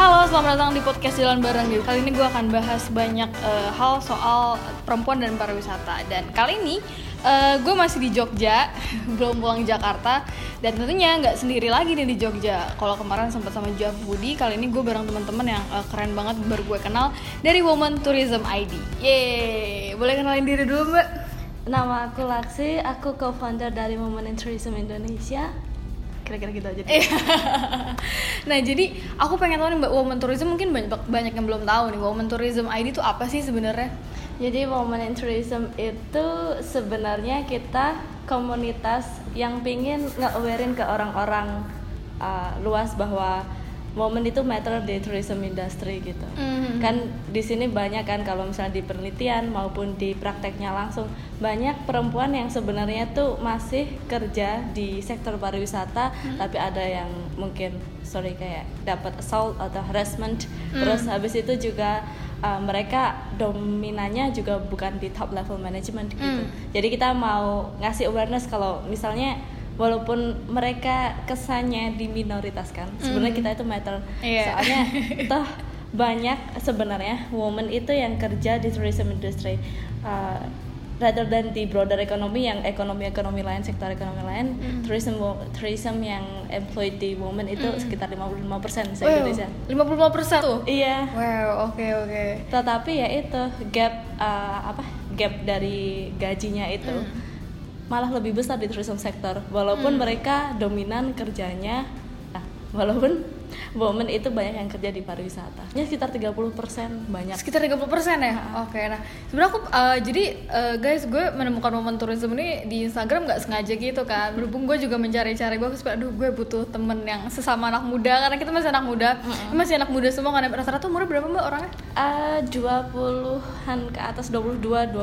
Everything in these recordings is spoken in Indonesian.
Halo, selamat datang di podcast Jalan Bareng. Kali ini gue akan bahas banyak hal soal perempuan dan pariwisata. Dan kali ini gue masih di Jogja, belum pulang Jakarta. Dan tentunya nggak sendiri lagi nih di Jogja. Kalau kemarin sempat sama Jeff Budi, kali ini gue bareng teman-teman yang keren banget baru gue kenal dari Women Tourism ID. Yeay, boleh kenalin diri dulu Mbak? Nama aku Laksi, aku co-founder dari Women Tourism Indonesia. Kira-kira gitu aja. Nah, jadi aku pengen tahu nih Mbak, Women Tourism mungkin banyak yang belum tahu nih. Women Tourism ID itu apa sih sebenarnya? Jadi Women Tourism itu sebenarnya kita komunitas yang pingin nge-awarein ke orang-orang luas bahwa women itu matter di tourism industry gitu. Kan di sini banyak kan kalau misalnya di penelitian maupun di prakteknya langsung banyak perempuan yang sebenarnya tuh masih kerja di sektor pariwisata, tapi ada yang mungkin kayak dapat assault atau harassment. Terus habis itu juga mereka dominannya juga bukan di top level management gitu. Jadi kita mau ngasih awareness kalau misalnya walaupun mereka kesannya diminoritaskan, sebenarnya kita itu matter. Soalnya toh banyak sebenarnya women itu yang kerja di tourism industry, rather than di broader ekonomi yang ekonomi lain, sektor ekonomi lain, tourism yang employed di women itu sekitar 55% di Indonesia. 55% tuh? Iya. Wow, oke. Tetapi ya itu gap dari gajinya itu malah lebih besar di tourism sektor, walaupun mereka dominan kerjanya, walaupun women itu banyak yang kerja di pariwisata, ya sekitar 30% banyak. Sekitar 30% ya? Oke, nah sebenarnya aku guys, gue menemukan Women Tourism ini di Instagram nggak sengaja gitu kan. Berhubung gue juga mencari-cari, gue gue butuh temen yang sesama anak muda, karena kita masih anak muda, masih anak muda semua kan. Rata-rata umurnya berapa Mbak orangnya? 20-an ke atas, 22,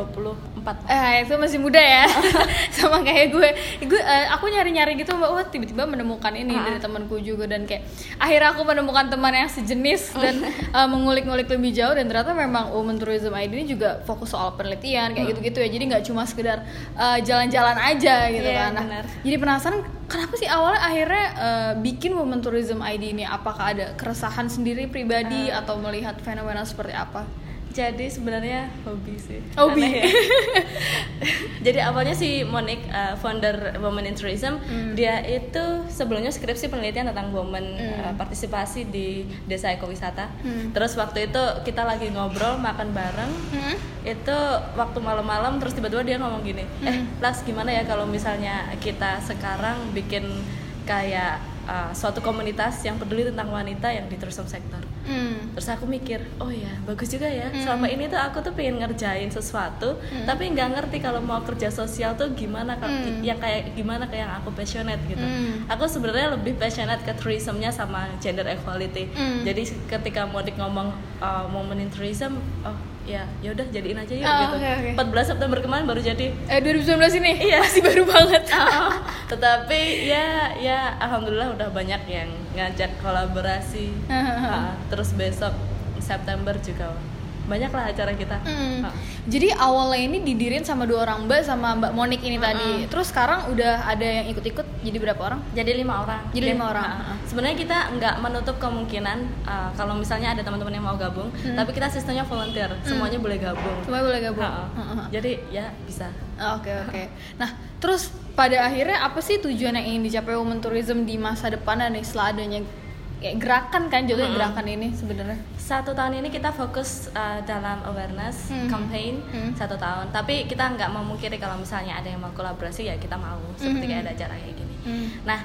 24. Itu masih muda ya. Sama kayak gue aku nyari-nyari gitu Mbak, wah tiba-tiba menemukan ini dari temanku juga, dan kayak akhirnya aku menemukan teman yang sejenis dan mengulik-ngulik lebih jauh, dan ternyata memang Women Tourism ID ini juga fokus soal penelitian kayak gitu-gitu ya. Jadi nggak cuma sekedar jalan-jalan aja gitu kan. Nah, jadi penasaran kenapa sih awalnya akhirnya bikin Women Tourism ID ini? Apakah ada keresahan sendiri pribadi atau melihat fenomena seperti apa? Jadi sebenarnya hobi sih. Hobi. Ya. Jadi awalnya si Monique, founder Women in Tourism, dia itu sebelumnya skripsi penelitian tentang women partisipasi di desa ekowisata. Terus waktu itu kita lagi ngobrol makan bareng. Itu waktu malam-malam terus tiba-tiba dia ngomong gini, Las, gimana ya kalau misalnya kita sekarang bikin kayak suatu komunitas yang peduli tentang wanita yang di tourism sector. Terus aku mikir, oh ya bagus juga ya. Selama ini tuh aku tuh pengen ngerjain sesuatu, tapi nggak ngerti kalau mau kerja sosial tuh gimana, yang kayak gimana kayak yang aku passionate gitu. Aku sebenarnya lebih passionate ke tourismnya sama gender equality. Jadi ketika Modik ngomong Women in Tourism, ya udah jadiin aja yuk gitu. Okay. 14 September kemarin baru jadi. 2019 ini? Iya, masih baru banget. Tetapi ya alhamdulillah udah banyak yang ngajak kolaborasi. Terus besok September juga banyak lah acara kita. Jadi awalnya ini didirin sama 2 orang Mbak sama Mbak Monique ini tadi. Terus sekarang udah ada yang ikut-ikut, jadi berapa orang? Jadi 5 orang. Jadi 5 orang. Sebenarnya kita nggak menutup kemungkinan kalau misalnya ada teman-teman yang mau gabung, tapi kita sistemnya volunteer, semuanya boleh gabung. Semuanya boleh gabung. Jadi ya bisa. Oke. Nah, terus pada akhirnya apa sih tujuan yang ingin dicapai Women Tourism di masa depan nih setelah adanya kayak gerakan kan, jadinya gerakan ini sebenarnya? 1 tahun ini kita fokus dalam awareness campaign 1 tahun. Tapi kita nggak memungkiri kalau misalnya ada yang mau kolaborasi ya kita mau, seperti kayak ada acara kayak gini. Nah,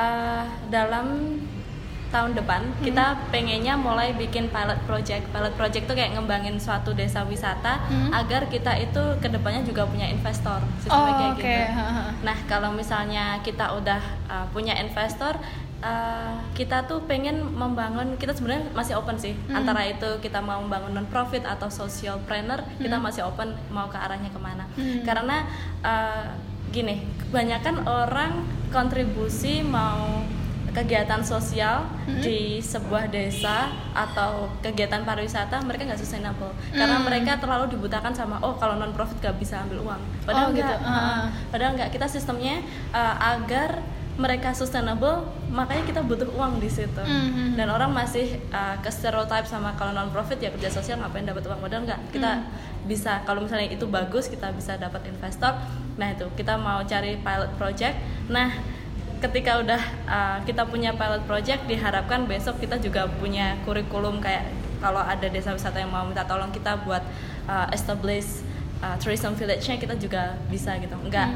dalam tahun depan kita pengennya mulai bikin pilot project tuh kayak ngembangin suatu desa wisata agar kita itu kedepannya juga punya investor kayak gitu. Nah, kalau misalnya kita udah punya investor, kita tuh pengen membangun, kita sebenarnya masih open sih antara itu kita mau membangun non-profit atau socialpreneur, kita masih open mau ke arahnya kemana. Karena gini, kebanyakan orang kontribusi mau kegiatan sosial di sebuah desa atau kegiatan pariwisata, mereka nggak sustainable karena mereka terlalu dibutakan sama kalau non profit nggak bisa ambil uang. Padahal enggak, padahal enggak. Kita sistemnya agar mereka sustainable, makanya kita butuh uang di situ. Dan orang masih ke stereotype sama kalau non profit ya kerja sosial ngapain dapat uang, padahal enggak. Kita bisa, kalau misalnya itu bagus, kita bisa dapat investor. Nah itu kita mau cari pilot project. Nah ketika udah kita punya pilot project, diharapkan besok kita juga punya kurikulum kayak kalau ada desa wisata yang mau minta tolong kita buat establish tourism village-nya, kita juga bisa gitu.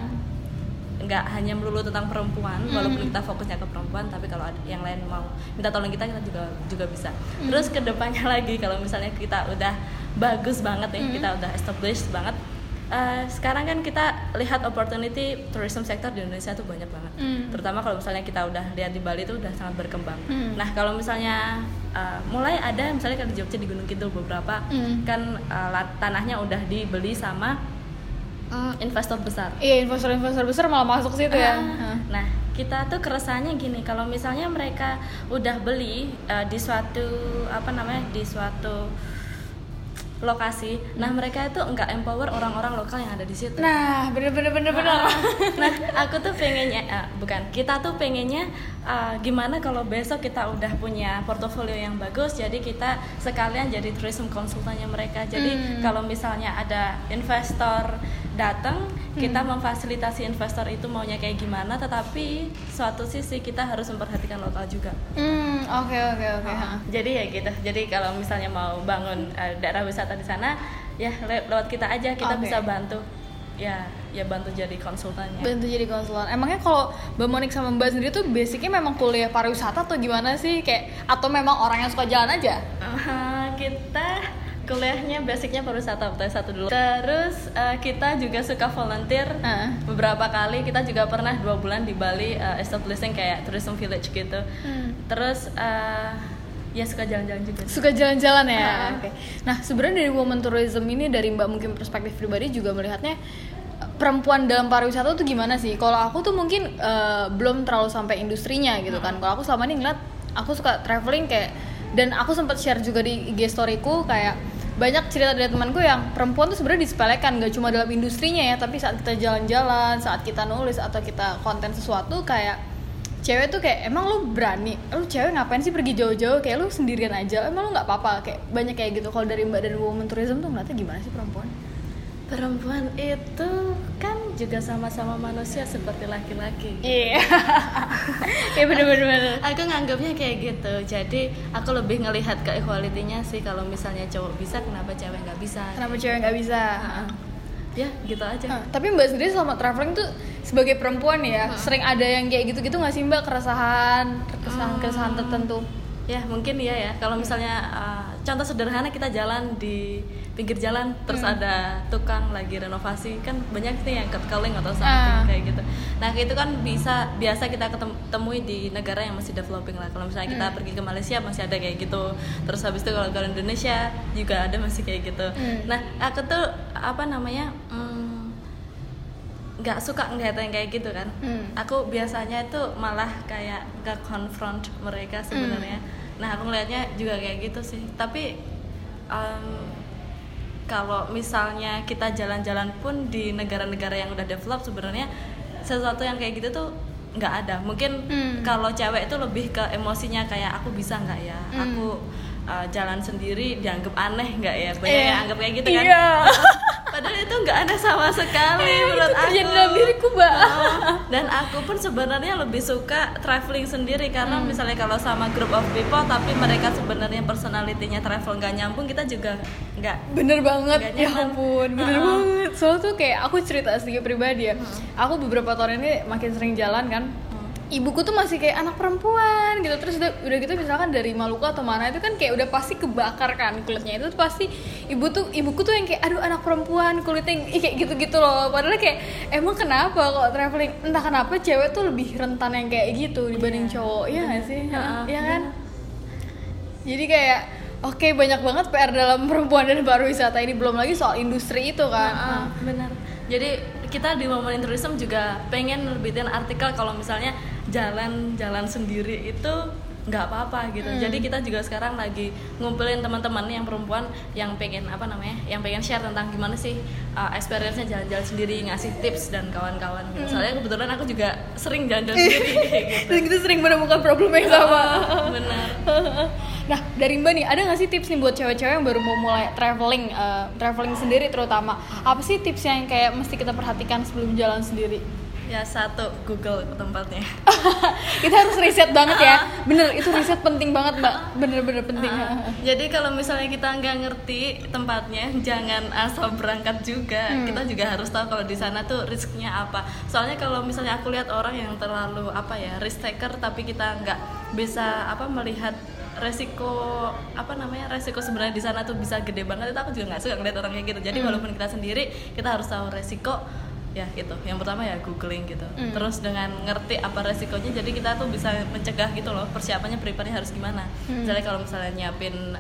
Enggak hanya melulu tentang perempuan, walaupun kita fokusnya ke perempuan, tapi kalau ada yang lain mau minta tolong kita juga bisa. Terus kedepannya lagi kalau misalnya kita udah bagus banget nih, kita udah established banget, sekarang kan kita lihat opportunity tourism sector di Indonesia tuh banyak banget. Terutama kalau misalnya kita udah lihat di Bali itu udah sangat berkembang. Nah kalau misalnya mulai ada misalnya kan di Jogja, di Gunung Kidul beberapa kan tanahnya udah dibeli sama investor besar. Iya, investor besar malah masuk situ ya. Nah, kita tuh keresahannya gini, kalau misalnya mereka udah beli di suatu di suatu lokasi, nah mereka itu enggak empower orang-orang lokal yang ada di situ. Nah, bener. Nah, aku tuh pengennya kita tuh pengennya gimana kalau besok kita udah punya portofolio yang bagus, jadi kita sekalian jadi tourism konsultannya mereka. Jadi kalau misalnya ada investor datang, kita memfasilitasi investor itu maunya kayak gimana, tetapi suatu sisi kita harus memperhatikan lokal juga. Oke. Jadi ya gitu. Jadi kalau misalnya mau bangun daerah wisata di sana, ya lewat kita aja, kita bisa bantu. Ya bantu jadi konsultannya. Emangnya kalau Mbak Monik sama Mbak sendiri tuh basicnya memang kuliah pariwisata atau gimana sih? Kayak atau memang orang yang suka jalan aja? Kita kuliahnya basicnya pariwisata T1 dulu. Terus kita juga suka volunteer beberapa kali. Kita juga pernah 2 bulan di Bali establishing kayak tourism village gitu. Terus ya suka jalan-jalan juga. Suka jalan-jalan ya. Oke. Nah sebenarnya dari women tourism ini, dari Mbak mungkin perspektif pribadi juga melihatnya perempuan dalam pariwisata tuh gimana sih? Kalau aku tuh mungkin belum terlalu sampai industrinya gitu kan. Kalau aku selama ini ngeliat, aku suka traveling kayak, dan aku sempat share juga di IG storyku kayak banyak cerita dari temanku yang perempuan tuh sebenarnya disepelekan, gak cuma dalam industrinya ya, tapi saat kita jalan-jalan, saat kita nulis atau kita konten sesuatu, kayak cewek tuh kayak emang lu berani, lu cewek ngapain sih pergi jauh-jauh, kayak lu sendirian aja, emang lu nggak apa-apa, kayak banyak kayak gitu. Kalau dari Mbak dan women tourism tuh ngeliatnya gimana sih perempuan? Perempuan itu kan juga sama-sama manusia seperti laki-laki. Iya. Kayak bener-bener. Aku nganggapnya kayak gitu. Jadi aku lebih ngelihat ke equality-nya sih. Kalau misalnya cowok bisa, kenapa cewek nggak bisa? Kenapa cewek nggak bisa? Ya gitu aja. Tapi Mbak sendiri selama traveling tuh sebagai perempuan ya, sering ada yang kayak gitu-gitu nggak sih Mbak, keresahan tertentu? Ya mungkin iya ya. Kalau misalnya contoh sederhana, kita jalan di pinggir jalan terus ada tukang lagi renovasi, kan banyak nih yang calling atau something kayak gitu. Nah itu kan biasa kita ketemui di negara yang masih developing lah. Kalau misalnya kita pergi ke Malaysia masih ada kayak gitu. Terus habis itu kalau ke Indonesia juga ada masih kayak gitu. Nah aku tuh nggak suka ngeliat yang kayak gitu kan. Aku biasanya itu malah kayak nggak confront mereka sebenarnya. Nah aku ngeliatnya juga kayak gitu sih. Tapi kalau misalnya kita jalan-jalan pun di negara-negara yang udah develop, sebenarnya sesuatu yang kayak gitu tuh nggak ada. Mungkin kalau cewek itu lebih ke emosinya, kayak aku bisa nggak ya, aku jalan sendiri dianggap aneh nggak ya, banyak yang anggap kayak gitu kan. Padahal itu nggak ada sama sekali menurut aku. Itu dalam diriku, Mbak. Dan aku pun sebenarnya lebih suka traveling sendiri, karena misalnya kalau sama group of people tapi mereka sebenarnya personality-nya travel nggak nyambung, kita juga nggak. Bener banget, ya ampun, bener banget. Soalnya tuh kayak aku cerita sedikit pribadi ya. Aku beberapa tahun ini makin sering jalan kan. Ibuku tuh masih kayak anak perempuan gitu, terus udah gitu misalkan dari Maluku atau mana itu kan kayak udah pasti kebakar kan kulitnya, itu pasti ibuku tuh yang kayak aduh anak perempuan kulitnya kayak gitu-gitu loh. Padahal kayak emang kenapa kalau traveling, entah kenapa cewek tuh lebih rentan yang kayak gitu dibanding cowok, ya nggak sih? Iya kan? Jadi kayak oke, banyak banget PR dalam perempuan dan pariwisata ini, belum lagi soal industri itu kan. Benar. Jadi kita di Women in Tourism juga pengen nerbitin artikel kalau misalnya jalan-jalan sendiri itu nggak apa-apa gitu. Jadi kita juga sekarang lagi ngumpulin teman-teman yang perempuan yang pengen yang pengen share tentang gimana sih experience-nya jalan-jalan sendiri, ngasih tips dan kawan-kawan gitu. Soalnya kebetulan aku juga sering jalan-jalan sendiri gitu. Dan kita sering menemukan problem yang sama. Benar. Nah, dari Mbak nih, ada nggak sih tips nih buat cewek-cewek yang baru mau mulai traveling sendiri terutama? Apa sih tips yang kayak mesti kita perhatikan sebelum jalan sendiri? Ya, satu, Google tempatnya. Kita harus riset banget ya. Bener, itu riset penting banget Mbak. Bener-bener penting. Jadi kalau misalnya kita nggak ngerti tempatnya, jangan asal berangkat juga. Kita juga harus tahu kalau di sana tuh risknya apa. Soalnya kalau misalnya aku lihat orang yang terlalu risk taker, tapi kita nggak bisa melihat resiko resiko sebenarnya di sana tuh bisa gede banget. Itu aku juga nggak suka ngeliat orang kayak gitu. Jadi walaupun kita sendiri, kita harus tahu resiko. Ya gitu, yang pertama ya googling gitu. Terus dengan ngerti apa resikonya, jadi kita tuh bisa mencegah gitu loh, persiapannya prepare-nya harus gimana. Misalnya kalau misalnya nyiapin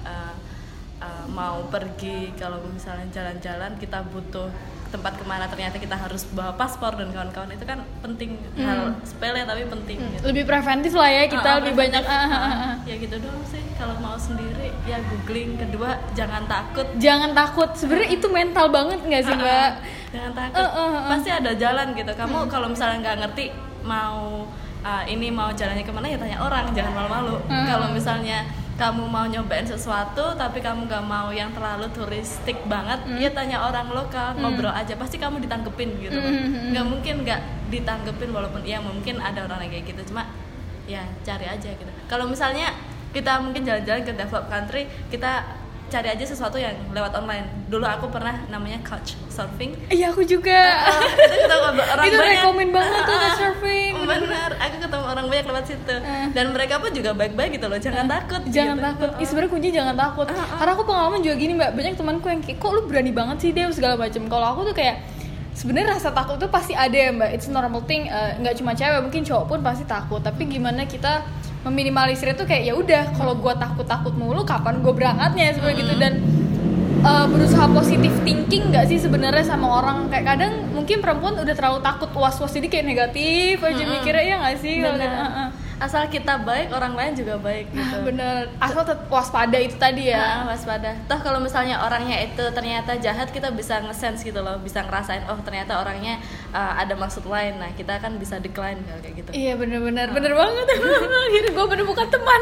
mau pergi, kalau misalnya jalan-jalan kita butuh tempat kemana, ternyata kita harus bawa paspor dan kawan-kawan, itu kan penting. Hal sepele tapi penting gitu. Lebih preventif lah ya, kita lebih banyak ya gitu doang sih kalau mau sendiri, ya googling. Kedua, jangan takut sebenarnya itu mental banget nggak sih Mbak? Jangan takut, pasti ada jalan gitu. Kamu kalau misalnya nggak ngerti mau mau jalannya kemana, ya tanya orang, jangan malu-malu. Kalau misalnya kamu mau nyobain sesuatu tapi kamu gak mau yang terlalu turistik banget, ya tanya orang lokal, ngobrol aja, pasti kamu ditanggepin gitu. Nggak mungkin nggak ditanggepin, walaupun ya mungkin ada orang yang kayak gitu, cuma ya cari aja gitu. Kalau misalnya kita mungkin jalan-jalan ke developed country, kita cari aja sesuatu yang lewat online. Dulu aku pernah namanya couchsurfing. Iya, aku juga. Itu ketemu orang itu banyak. rekomen banget tuh couchsurfing. Benar, aku ketemu orang banyak lewat situ. Dan mereka pun juga baik-baik gitu loh. Jangan takut. Jangan gitu. takut. Sebenarnya kunci jangan takut. Karena aku pengalaman juga gini Mbak. Banyak temanku yang kayak, kok lu berani banget sih Dew segala macam. Kalau aku tuh kayak sebenarnya rasa takut tuh pasti ada ya Mbak. It's normal thing. Nggak cuma cewek, mungkin cowok pun pasti takut. Tapi gimana kita meminimalisir itu, kayak ya udah, kalau gue takut mulu, kapan gue berangkatnya sebenarnya gitu. Dan berusaha positive thinking nggak sih sebenarnya sama orang. Kayak kadang mungkin perempuan udah terlalu takut, was-was, jadi kayak negatif aja mikirnya, ya nggak sih? Asal kita baik, orang lain juga baik gitu. Bener, asal waspada itu tadi ya. Waspada. Toh kalau misalnya orangnya itu ternyata jahat, kita bisa nge-sense gitu loh, bisa ngerasain, oh ternyata orangnya ada maksud lain. Nah kita kan bisa decline kayak gitu. Iya bener banget. Akhirnya gue menemukan teman.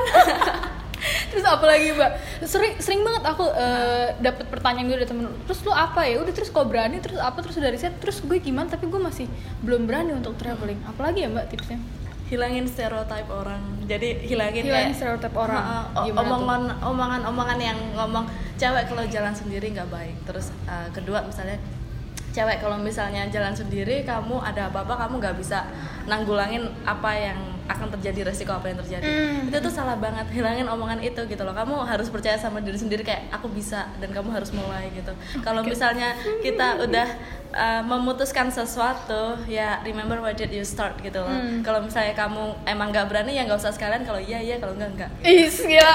Terus apa lagi Mbak? Sering banget aku dapet pertanyaan gue dari temen, terus lu apa ya? Udah, terus kok berani, terus apa, terus udah riset, terus gue gimana? Tapi gue masih belum berani untuk traveling. Apalagi ya Mbak tipsnya? Hilangin stereotip orang. Jadi hilangin stereotip orang. Omongan yang ngomong cewek kalau jalan sendiri nggak baik. Terus kedua, misalnya cewek kalau misalnya jalan sendiri, kamu ada apa-apa kamu nggak bisa nanggulangin apa yang akan terjadi, resiko apa yang terjadi. Itu tuh salah banget. Hilangin omongan itu gitu loh. Kamu harus percaya sama diri sendiri, kayak aku bisa, dan kamu harus mulai gitu. Kalau misalnya kita udah memutuskan sesuatu, ya remember why did you start gitu loh. Kalau misalnya kamu emang nggak berani, ya nggak usah sekalian. Kalau iya, kalau enggak. Gila.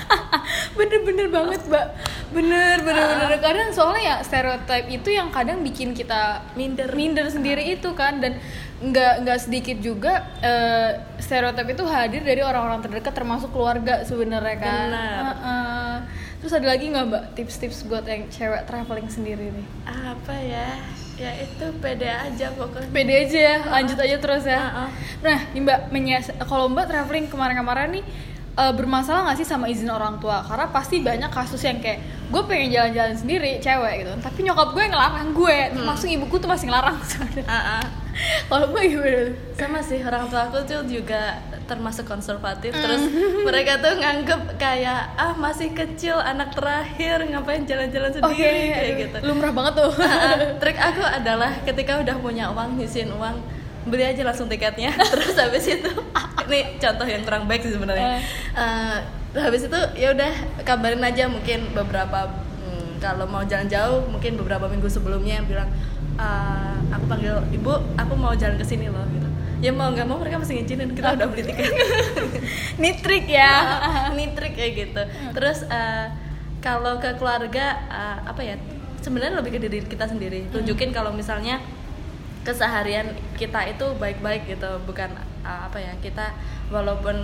Bener banget Mbak. Bener. Kadang soalnya ya stereotip itu yang kadang bikin kita minder sendiri itu kan. Dan nggak sedikit juga stereotip itu hadir dari orang-orang terdekat, termasuk keluarga sebenarnya kan. Terus ada lagi nggak Mbak tips-tips buat yang cewek traveling sendiri nih? Apa ya? Ya itu pede aja pokoknya. Pede aja ya, lanjut aja terus ya. Nah nih Mbak, kalau Mbak traveling kemarin-kemarin nih, bermasalah nggak sih sama izin orang tua? Karena pasti banyak kasus yang kayak gue pengen jalan-jalan sendiri cewek gitu, tapi nyokap gue ngelarang gue, termasuk ibuku tuh masih ngelarang sebenarnya. Kalau gue gimana? Sama sih, orang tua aku tuh juga termasuk konservatif. Terus mereka tuh nganggep kayak masih kecil, anak terakhir, ngapain jalan-jalan sendiri kayak gitu. Lumrah banget tuh. Trik aku adalah ketika udah punya uang, nyisihin uang, beli aja langsung tiketnya. Terus habis itu ini contoh yang kurang baik sih sebenarnya. Habis itu ya udah kabarin aja, mungkin beberapa kalau mau jalan jauh, mungkin beberapa minggu sebelumnya bilang, aku panggil ibu, aku mau jalan ke sini loh gitu. Ya mau nggak mau mereka mesti ngizinin, kita udah beli tiket. Ini trik ya. Ini trik kayak gitu. Terus kalau ke keluarga, sebenarnya lebih ke diri kita sendiri. Tunjukin kalau misalnya keseharian kita itu baik-baik gitu, bukan kita walaupun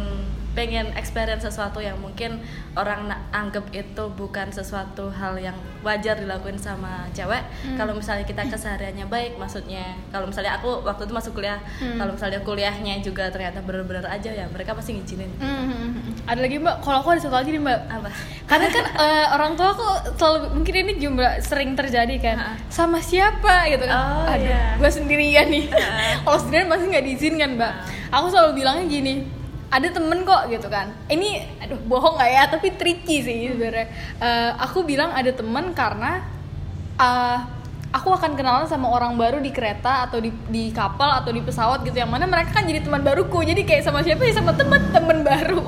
pengen experience sesuatu yang mungkin orang anggap itu bukan sesuatu hal yang wajar dilakuin sama cewek. Kalau misalnya kita kesehariannya baik, maksudnya kalau misalnya aku waktu itu masuk kuliah, kalau misalnya kuliahnya juga ternyata bener-bener aja, ya mereka pasti ngizinin. Ada lagi Mbak, kalau aku ada satu lagi nih Mbak. Apa? Karena kan orang tua aku selalu, mungkin ini juga sering terjadi kan, sama siapa gitu kan. Aduh, gue sendirian nih. Kalau sendirian pasti nggak diizinkan Mbak. Aku selalu bilangnya gini, ada temen kok gitu kan. Ini aduh bohong nggak ya, tapi tricky sih sebenarnya. Aku bilang ada temen karena aku akan kenalan sama orang baru di kereta atau di kapal atau di pesawat gitu, yang mana mereka kan jadi teman baruku. Jadi kayak sama siapa ya, sama temen baru.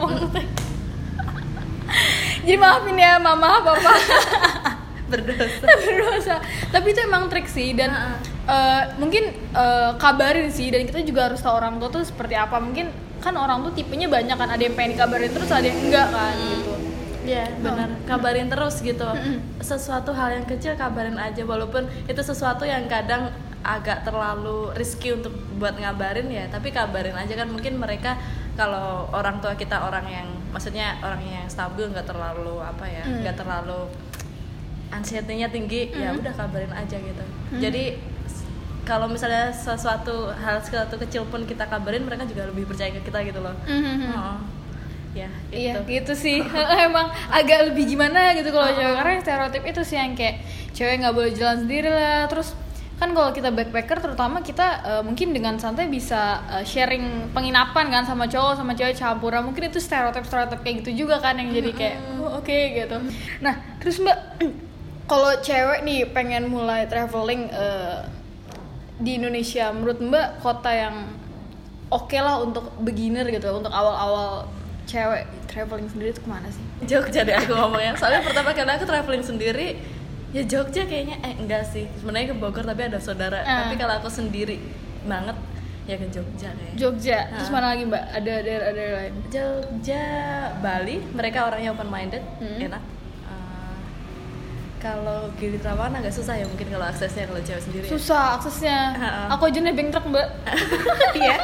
Jadi maafin ya mama papa. berdosa. Tapi itu emang trik sih, dan mungkin kabarin sih, dan kita juga harus tahu orang tua tuh seperti apa. Mungkin kan orang tuh tipenya banyak kan, ada yang pengen dikabarin terus, ada yang enggak kan gitu. Iya benar, kabarin terus gitu. Sesuatu hal yang kecil kabarin aja, walaupun itu sesuatu yang kadang agak terlalu risky untuk buat ngabarin ya, tapi kabarin aja kan. Mungkin mereka, kalau orang tua kita orang yang, maksudnya orang yang stabil, nggak terlalu apa ya, nggak terlalu anxiety-nya tinggi, ya udah kabarin aja gitu. Jadi kalau misalnya sesuatu kecil pun kita kabarin, mereka juga lebih percaya ke kita gitu loh. Ya, itu. Iya gitu sih. Emang agak lebih gimana gitu kalau cewek, karena stereotip itu sih yang kayak cewek nggak boleh jalan sendiri lah. Terus kan kalau kita backpacker terutama, kita mungkin dengan santai bisa sharing penginapan kan sama cowok sama cewek campuran. Mungkin itu stereotip kayak gitu juga kan, yang jadi kayak oke gitu. Nah terus Mbak, kalau cewek nih pengen mulai traveling di Indonesia, menurut Mbak kota yang oke lah untuk beginner gitu, untuk awal-awal cewek traveling sendiri itu kemana sih? Jogja deh aku ngomongnya. Soalnya pertama kali aku traveling sendiri ya Jogja kayaknya. Enggak sih, sebenarnya ke Bogor tapi ada saudara. Tapi kalau aku sendiri banget ya ke Jogja kayaknya. Jogja. Terus mana lagi Mbak? Ada daerah lain? Jogja, Bali, mereka orangnya open minded, enak. Kalau Gili Trawangan agak susah ya mungkin kalau aksesnya, kalau cewek sendiri. Susah aksesnya. Aku aja nebeng truk Mbak. Iya.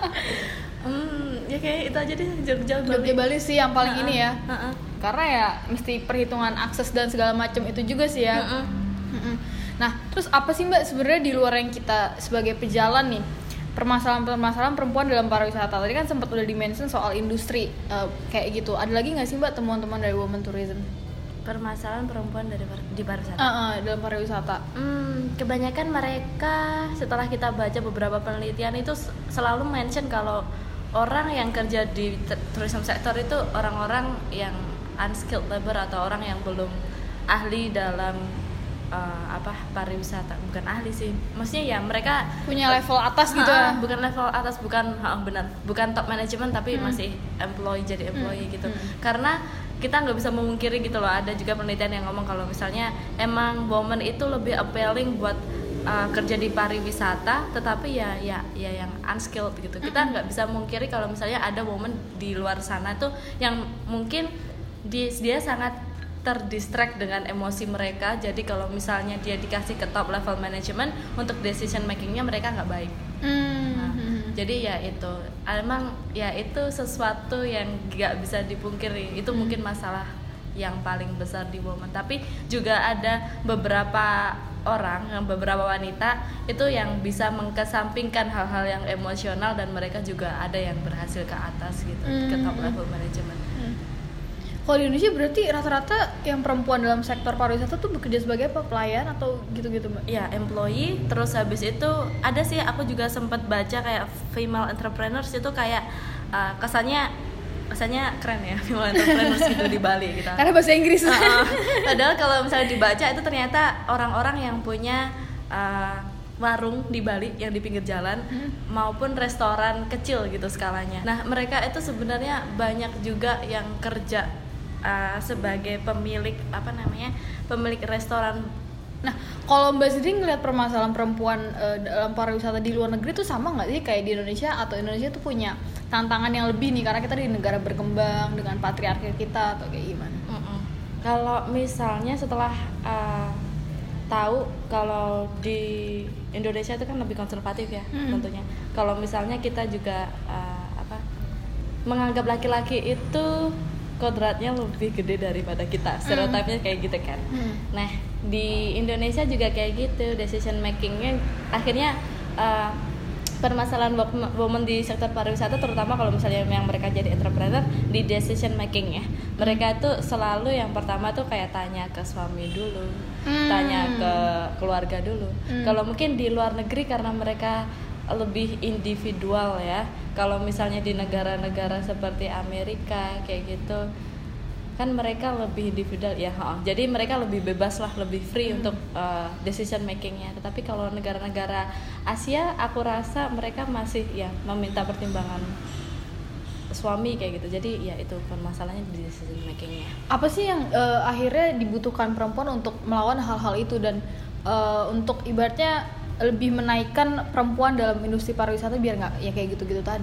Ya kayak itu aja deh, Jogja Bali sih yang paling ini ya. Karena ya mesti perhitungan akses dan segala macam itu juga sih ya. Nah terus apa sih Mbak sebenarnya di luar yang kita sebagai pejalan nih, permasalahan perempuan dalam pariwisata? Tadi kan sempat udah di-mention soal industri kayak gitu. Ada lagi nggak sih Mbak teman-teman dari Women Tourism? Permasalahan perempuan di pariwisata? Dalam pariwisata. Kebanyakan mereka, setelah kita baca beberapa penelitian, itu selalu mention kalau orang yang kerja di tourism sektor itu orang-orang yang unskilled labor, atau orang yang belum ahli dalam pariwisata. Bukan ahli sih, maksudnya ya mereka punya level atas gitu ya. Bukan level atas, bukan top management, tapi masih jadi employee gitu. Karena kita nggak bisa memungkiri gitu loh, ada juga penelitian yang ngomong kalau misalnya emang woman itu lebih appealing buat kerja di pariwisata, tetapi ya yang unskilled gitu. Kita nggak bisa mungkiri kalau misalnya ada woman di luar sana tuh yang mungkin dia sangat terdistract dengan emosi mereka. Jadi kalau misalnya dia dikasih ke top level management, untuk decision makingnya mereka nggak baik. Jadi ya itu emang ya itu sesuatu yang nggak bisa dipungkiri. Itu mungkin masalah yang paling besar di woman. Tapi juga ada beberapa wanita itu yang bisa mengkesampingkan hal-hal yang emosional, dan mereka juga ada yang berhasil ke atas gitu, ke top level management. Kalau di Indonesia berarti rata-rata yang perempuan dalam sektor pariwisata tuh bekerja sebagai apa? Pelayan atau gitu-gitu Mbak? Ya, employee. Terus habis itu ada sih, aku juga sempat baca kayak female entrepreneurs itu kayak kesannya keren ya, female entrepreneurs gitu di Bali gitu. Karena bahasa Inggris. Padahal kalau misalnya dibaca itu ternyata orang-orang yang punya warung di Bali yang di pinggir jalan maupun restoran kecil gitu skalanya. Nah, mereka itu sebenarnya banyak juga yang kerja sebagai pemilik restoran. Nah, kalau Mbak sendiri ngeliat permasalahan perempuan dalam pariwisata di luar negeri itu sama nggak sih kayak di Indonesia, atau Indonesia tuh punya tantangan yang lebih nih karena kita di negara berkembang dengan patriarki kita, atau kayak gimana? Kalau misalnya setelah tahu kalau di Indonesia itu kan lebih konservatif ya, tentunya. Kalau misalnya kita juga menganggap laki-laki itu kodratnya lebih gede daripada kita, stereotipnya kayak gitu kan. Nah di Indonesia juga kayak gitu, decision makingnya akhirnya permasalahan women di sektor pariwisata, terutama kalau misalnya yang mereka jadi entrepreneur di decision making ya, mereka tuh selalu yang pertama tuh kayak tanya ke suami dulu, tanya ke keluarga dulu. Kalau mungkin di luar negeri karena mereka lebih individual ya, kalau misalnya di negara-negara seperti Amerika kayak gitu kan mereka lebih individual ya, jadi mereka lebih bebas lah, lebih free untuk decision makingnya. Tetapi kalau negara-negara Asia aku rasa mereka masih ya meminta pertimbangan suami kayak gitu. Jadi ya itu permasalahannya di decision makingnya. Apa sih yang akhirnya dibutuhkan perempuan untuk melawan hal-hal itu dan untuk ibaratnya lebih menaikkan perempuan dalam industri pariwisata biar nggak ya kayak gitu-gitu tadi?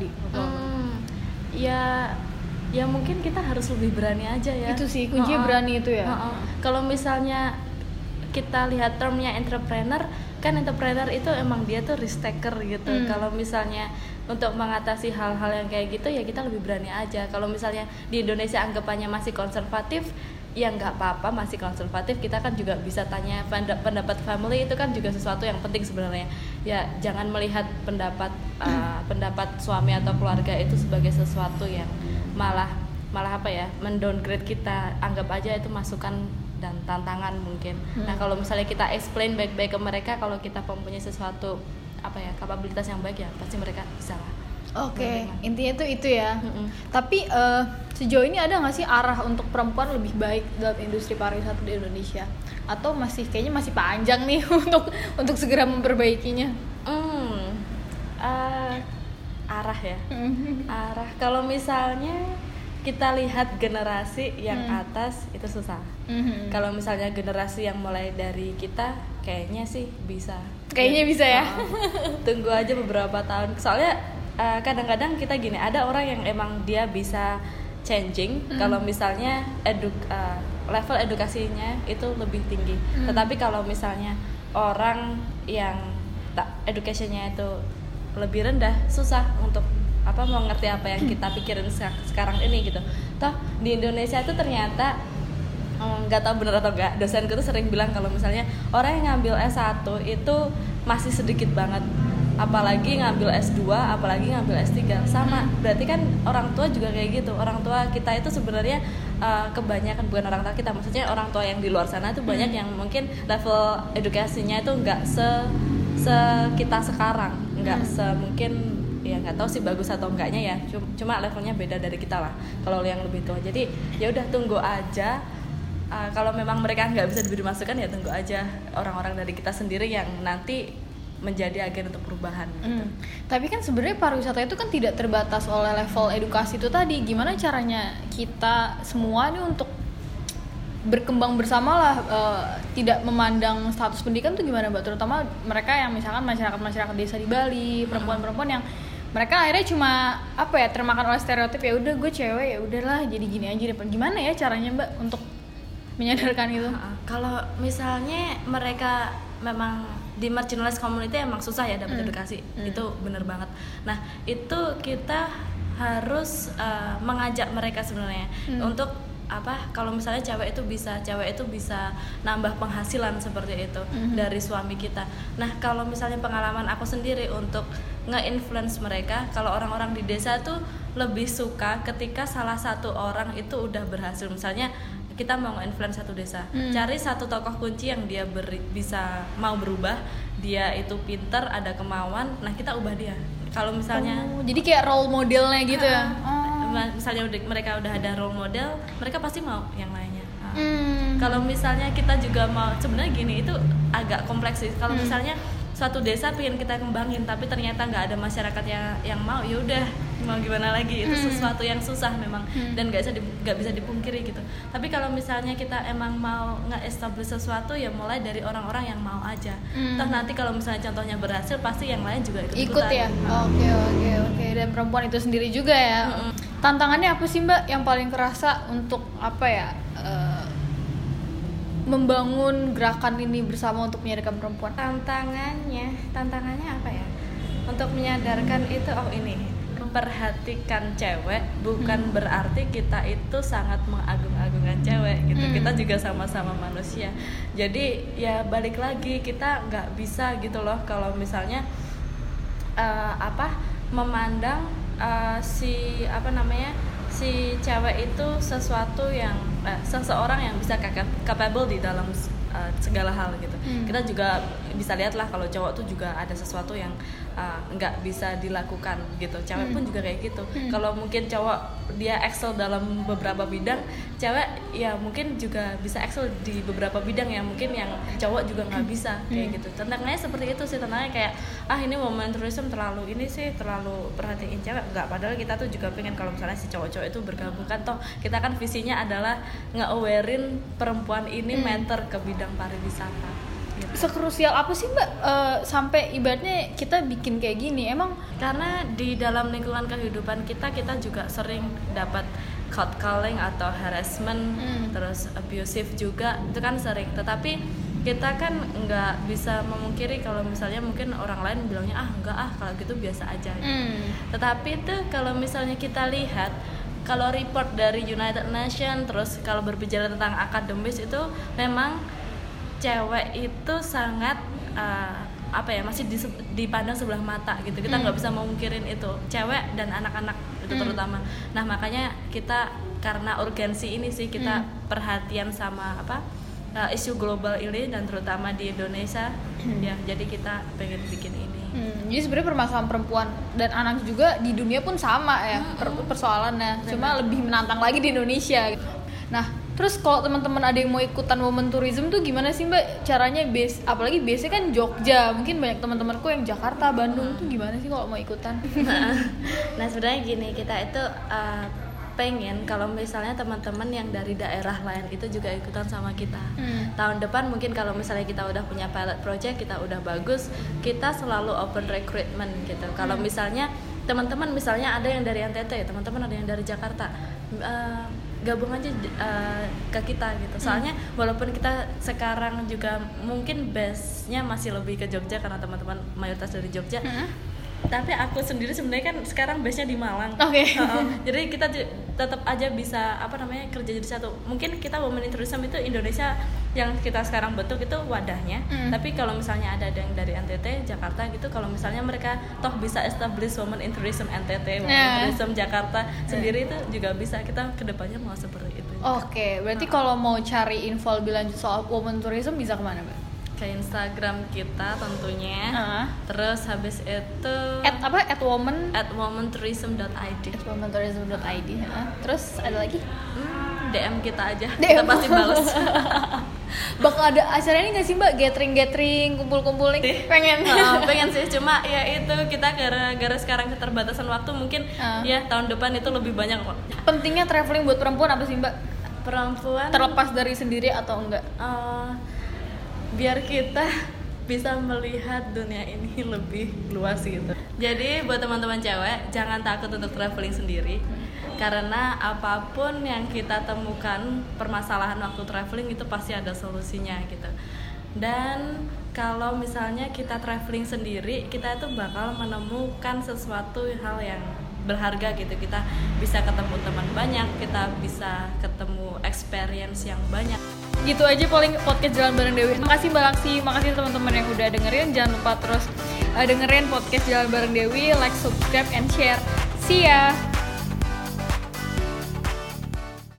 Ya mungkin kita harus lebih berani aja ya. Itu sih kuncinya, berani itu ya. Kalau misalnya kita lihat termnya entrepreneur, kan entrepreneur itu emang dia tuh risk taker gitu. Kalau misalnya untuk mengatasi hal-hal yang kayak gitu ya kita lebih berani aja. Kalau misalnya di Indonesia anggapannya masih konservatif, ya nggak apa-apa, masih konservatif. Kita kan juga bisa tanya pendapat family, itu kan juga sesuatu yang penting sebenarnya. Ya jangan melihat pendapat suami atau keluarga itu sebagai sesuatu yang malah apa ya, mendowngrade kita. Anggap aja itu masukan dan tantangan mungkin. Nah kalau misalnya kita explain baik-baik ke mereka, kalau kita mempunyai sesuatu apa ya, kapabilitas yang baik ya pasti mereka bisa lah. Oke, intinya itu ya. Tapi sejauh ini ada nggak sih arah untuk perempuan lebih baik dalam industri pariwisata di Indonesia? Atau kayaknya masih panjang nih untuk segera memperbaikinya? Arah ya. Arah kalau misalnya kita lihat generasi yang atas itu susah. Kalau misalnya generasi yang mulai dari kita kayaknya sih bisa. Kayaknya bisa ya. Tunggu aja beberapa tahun. Soalnya kadang-kadang kita gini, ada orang yang emang dia bisa changing kalau misalnya level edukasinya itu lebih tinggi. Tetapi kalau misalnya orang yang education-nya itu lebih rendah, susah untuk mau ngerti apa yang kita pikirin sekarang ini gitu. Toh di Indonesia itu ternyata nggak tahu bener atau enggak, dosenku tuh sering bilang kalau misalnya orang yang ngambil S1 itu masih sedikit banget, apalagi ngambil S2, apalagi ngambil S3 sama. Berarti kan orang tua juga kayak gitu. Orang tua kita itu sebenarnya kebanyakan, bukan orang tua kita, maksudnya orang tua yang di luar sana tuh banyak yang mungkin level edukasinya itu nggak se kita sekarang, nggak mungkin ya nggak tahu sih bagus atau enggaknya ya, cuma levelnya beda dari kita lah kalau yang lebih tua. Jadi ya udah tunggu aja, kalau memang mereka nggak bisa diberi masukan ya tunggu aja orang-orang dari kita sendiri yang nanti menjadi agen untuk perubahan gitu. Tapi kan sebenarnya pariwisata itu kan tidak terbatas oleh level edukasi itu tadi. Gimana caranya kita semua ini untuk berkembang bersama lah, tidak memandang status pendidikan tuh gimana Mbak? Terutama mereka yang misalkan masyarakat desa di Bali, perempuan-perempuan yang mereka akhirnya cuma termakan oleh stereotip, ya udah gue cewek ya udahlah jadi gini aja deh. Gimana ya caranya Mbak untuk menyadarkan itu? Kalau misalnya mereka memang di marginalized community emang susah ya dapat edukasi, itu bener banget. Nah itu kita harus mengajak mereka sebenarnya untuk kalau misalnya cewek itu bisa nambah penghasilan seperti itu dari suami kita. Nah kalau misalnya pengalaman aku sendiri untuk nge-influence mereka, kalau orang-orang di desa tuh lebih suka ketika salah satu orang itu udah berhasil. Misalnya kita mau nge-influence satu desa, cari satu tokoh kunci yang dia bisa mau berubah, dia itu pinter, ada kemauan, nah kita ubah dia. Kalau misalnya jadi kayak role modelnya gitu ya. Misalnya mereka udah ada role model, mereka pasti mau yang lainnya. Kalau misalnya kita juga mau, sebenarnya gini, itu agak kompleks sih. Kalau misalnya suatu desa pengen kita kembangin tapi ternyata nggak ada masyarakat yang mau, ya udah mau gimana lagi, itu sesuatu yang susah memang dan nggak bisa dipungkiri gitu. Tapi kalau misalnya kita emang mau nge-establish sesuatu, ya mulai dari orang-orang yang mau aja. Toh nanti kalau misalnya contohnya berhasil, pasti yang lain juga ikut ya. Oke. Dan perempuan itu sendiri juga ya. Tantangannya apa sih Mbak yang paling kerasa untuk membangun gerakan ini bersama untuk menyadarkan perempuan? Tantangannya apa ya? Untuk menyadarkan itu, ini memperhatikan cewek bukan berarti kita itu sangat mengagung-agungkan cewek gitu. Kita juga sama-sama manusia. Jadi ya balik lagi, kita nggak bisa gitu loh kalau misalnya memandang si cewek itu sesuatu yang seseorang yang bisa capable di dalam segala hal gitu. Kita juga bisa lihat lah kalau cowok tuh juga ada sesuatu yang nggak bisa dilakukan gitu. Cewek pun juga kayak gitu. Kalau mungkin cowok dia excel dalam beberapa bidang, cewek ya mungkin juga bisa excel di beberapa bidang yang mungkin yang cowok juga nggak bisa kayak gitu. Tentangnya seperti itu sih, tentangnya kayak ini momenturism terlalu perhatiin cewek. Nggak, padahal kita tuh juga pengen kalau misalnya si cowok-cowok itu bergabung kan, toh kita kan visinya adalah nge-awarein perempuan ini mentor ke bidang pariwisata. Sekrusial apa sih Mbak sampai ibaratnya kita bikin kayak gini? Emang karena di dalam lingkungan kehidupan kita juga sering dapat catcalling atau harassment, terus abusive juga, itu kan sering. Tetapi kita kan nggak bisa memungkiri kalau misalnya mungkin orang lain bilangnya enggak kalau gitu biasa aja. Tetapi itu kalau misalnya kita lihat, kalau report dari United Nations, terus kalau berbicara tentang akademis itu memang cewek itu sangat masih dipandang sebelah mata gitu. Kita nggak bisa memungkirin itu, cewek dan anak-anak itu terutama. Nah makanya kita karena urgensi ini sih kita perhatian sama isu global ini dan terutama di Indonesia ya, jadi kita pengen bikin ini. Jadi sebenarnya permasalahan perempuan dan anak juga di dunia pun sama ya persoalannya, cuma lebih menantang lagi di Indonesia gitu. Nah terus kalau teman-teman ada yang mau ikutan women tourism tuh gimana sih Mbak caranya? Apalagi biasanya kan Jogja, mungkin banyak teman-temanku yang Jakarta, Bandung tuh gimana sih kalau mau ikutan? Nah sebenarnya gini, kita itu pengen kalau misalnya teman-teman yang dari daerah lain itu juga ikutan sama kita. Tahun depan mungkin kalau misalnya kita udah punya pilot project, kita udah bagus, kita selalu open recruitment gitu. Kalau misalnya teman-teman misalnya ada yang dari NTT, teman-teman ada yang dari Jakarta, gabung aja ke kita gitu. Soalnya walaupun kita sekarang juga mungkin base-nya masih lebih ke Jogja karena teman-teman mayoritas dari Jogja, tapi aku sendiri sebenarnya kan sekarang base-nya di Malang. Jadi kita tetap aja bisa kerja jadi satu. Mungkin kita Women in Tourism itu Indonesia yang kita sekarang bentuk itu wadahnya. Tapi kalau misalnya ada yang dari NTT, Jakarta gitu, kalau misalnya mereka toh bisa establish Women in Tourism NTT, Women in Tourism Jakarta sendiri itu juga bisa. Kita kedepannya mau seperti itu. Berarti kalau mau cari info lebih lanjut soal Women Tourism bisa kemana Mbak? Ke Instagram kita tentunya. Terus habis itu @womentourism.id. @womentourism.id. Terus ada lagi? DM kita aja. Kita pasti balas. Bakal ada acara ini nggak sih Mbak? Gathering, kumpul-kumpul nih? Pengen sih, cuma ya itu kita gara-gara sekarang keterbatasan waktu mungkin ya tahun depan itu lebih banyak kok. Pentingnya traveling buat perempuan apa sih Mbak? Perempuan terlepas dari sendiri atau enggak? Biar kita bisa melihat dunia ini lebih luas gitu. Jadi buat teman-teman cewek, jangan takut untuk traveling sendiri. Karena apapun yang kita temukan permasalahan waktu traveling itu pasti ada solusinya gitu. Dan kalau misalnya kita traveling sendiri, kita itu bakal menemukan sesuatu hal yang berharga gitu. Kita bisa ketemu teman banyak, kita bisa ketemu experience yang banyak. Gitu aja paling podcast Jalan Bareng Dewi. Makasih Mbak Laksi, makasih teman-teman yang udah dengerin. Jangan lupa terus dengerin podcast Jalan Bareng Dewi, like, subscribe, and share. See ya.